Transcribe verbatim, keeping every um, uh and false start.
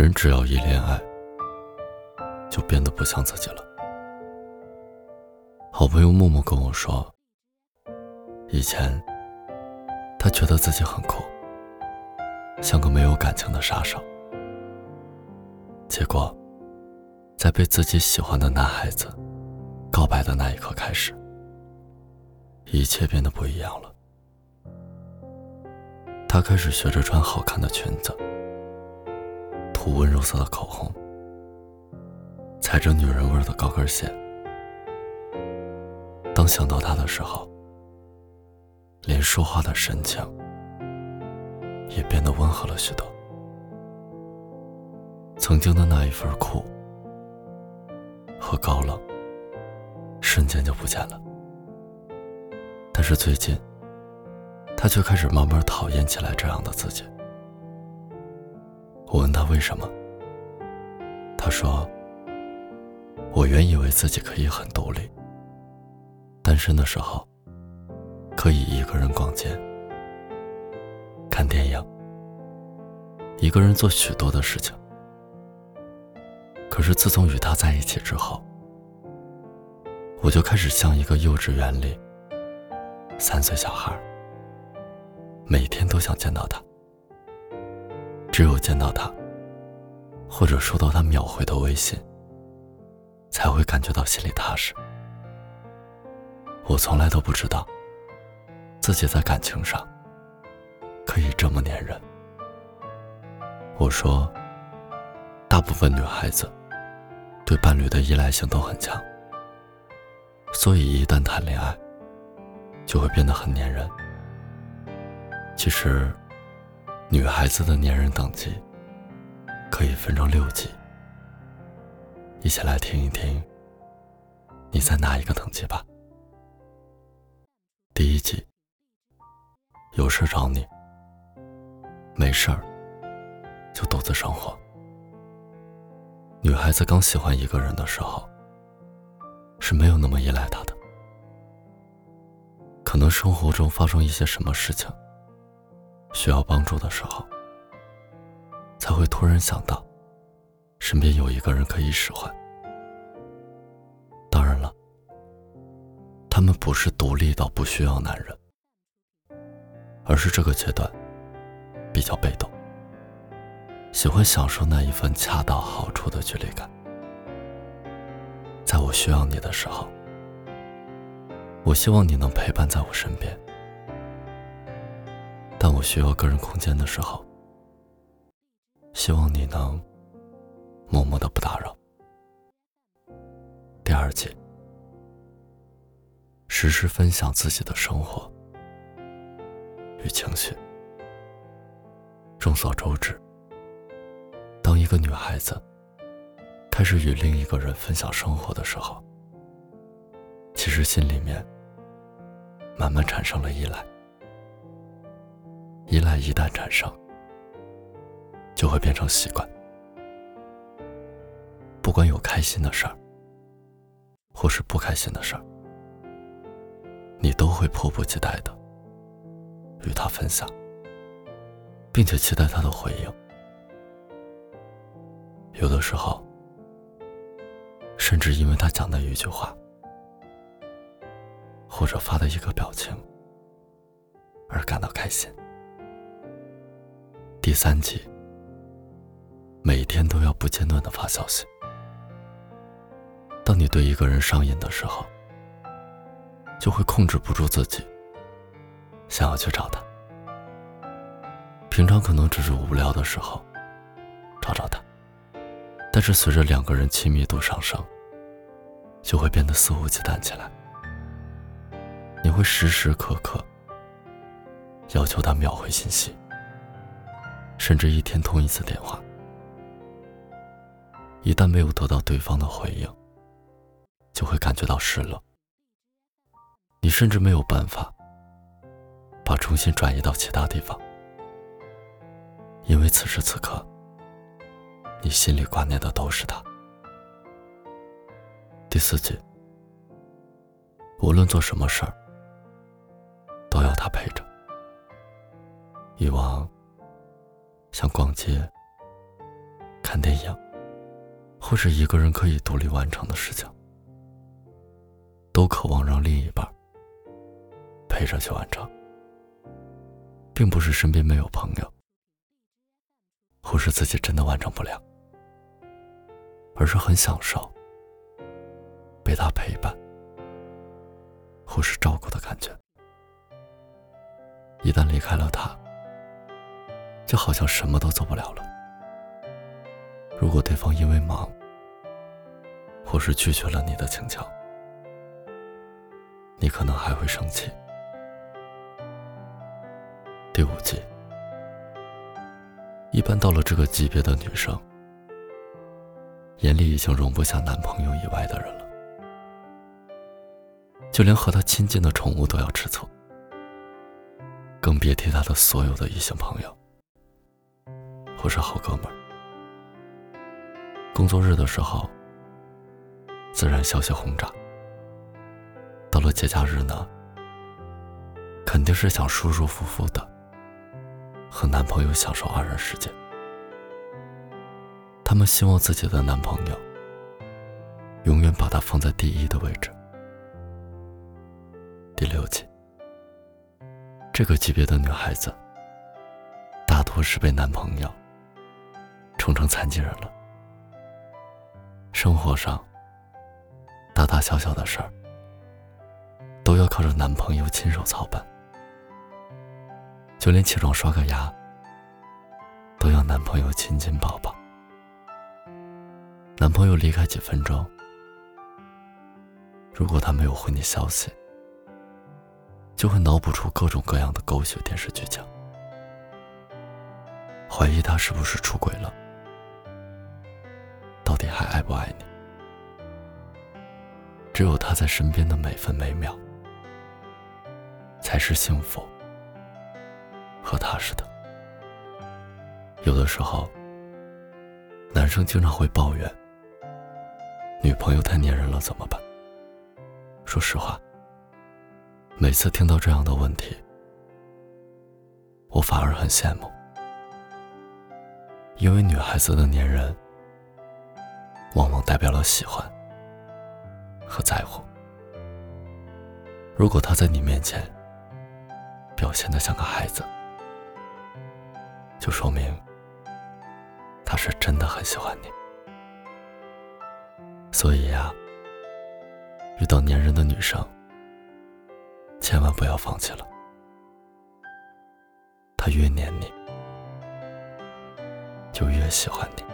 人只要一恋爱，就变得不像自己了。好朋友默默跟我说，以前他觉得自己很酷，像个没有感情的杀手。结果在被自己喜欢的男孩子告白的那一刻开始，一切变得不一样了。他开始学着穿好看的裙子，涂温柔色的口红，踩着女人味的高跟鞋。当想到他的时候，连说话的神情也变得温和了许多。曾经的那一份酷和高冷瞬间就不见了。但是最近他却开始慢慢讨厌起来这样的自己。我问他为什么，他说，我原以为自己可以很独立，单身的时候可以一个人逛街、看电影，一个人做许多的事情。可是自从与他在一起之后，我就开始像一个幼稚园里三岁小孩，每天都想见到他。只有见到他，或者收到他秒回的微信，才会感觉到心里踏实。我从来都不知道自己在感情上可以这么粘人。我说，大部分女孩子对伴侣的依赖性都很强，所以一旦谈恋爱就会变得很粘人。其实女孩子的粘人等级可以分成六级，一起来听一听你在哪一个等级吧。第一级，有事找你，没事儿就独自生活。女孩子刚喜欢一个人的时候是没有那么依赖他的，可能生活中发生一些什么事情需要帮助的时候，才会突然想到身边有一个人可以使唤。当然了，他们不是独立到不需要男人，而是这个阶段比较被动，喜欢享受那一份恰到好处的距离感。在我需要你的时候，我希望你能陪伴在我身边，但我需要个人空间的时候，希望你能默默的不打扰。第二节，时时分享自己的生活与情绪。众所周知，当一个女孩子开始与另一个人分享生活的时候，其实心里面慢慢产生了依赖。依赖一旦产生，就会变成习惯。不管有开心的事儿，或是不开心的事儿，你都会迫不及待的与他分享，并且期待他的回应。有的时候，甚至因为他讲的一句话，或者发的一个表情而感到开心。第三集，每天都要不间断地发消息。当你对一个人上瘾的时候，就会控制不住自己，想要去找他。平常可能只是无聊的时候找找他，但是随着两个人亲密度上升，就会变得肆无忌惮起来。你会时时刻刻要求他秒回信息，甚至一天通一次电话。一旦没有得到对方的回应，就会感觉到失落。你甚至没有办法把重心转移到其他地方，因为此时此刻你心里挂念的都是他。第四集，无论做什么事儿都要他陪着。以往像逛街、 看电影，或是一个人可以独立完成的事情，都渴望让另一半陪着去完成，并不是身边没有朋友，或是自己真的完成不了，而是很享受被他陪伴或是照顾的感觉。一旦离开了他，就好像什么都做不了了。如果对方因为忙或是拒绝了你的请求，你可能还会生气。第五集，一般到了这个级别的女生，眼里已经容不下男朋友以外的人了，就连和她亲近的宠物都要吃醋，更别提她的所有的异性朋友或是好哥们儿。工作日的时候自然消息轰炸，到了节假日呢，肯定是想舒舒服服的和男朋友享受二人世界。他们希望自己的男朋友永远把她放在第一的位置。第六集，这个级别的女孩子大多是被男朋友宠成残疾人了，生活上大大小小的事儿都要靠着男朋友亲手操办，就连起床刷个牙都要男朋友亲亲抱抱。男朋友离开几分钟，如果他没有回你消息，就会脑补出各种各样的狗血电视剧情，怀疑他是不是出轨了，到底还爱不爱你。只有他在身边的每分每秒才是幸福和踏实的。有的时候男生经常会抱怨女朋友太粘人了怎么办？说实话，每次听到这样的问题，我反而很羡慕，因为女孩子的粘人往往代表了喜欢和在乎。如果她在你面前表现得像个孩子，就说明她是真的很喜欢你。所以呀，遇到粘人的女生千万不要放弃了，她越黏你就越喜欢你。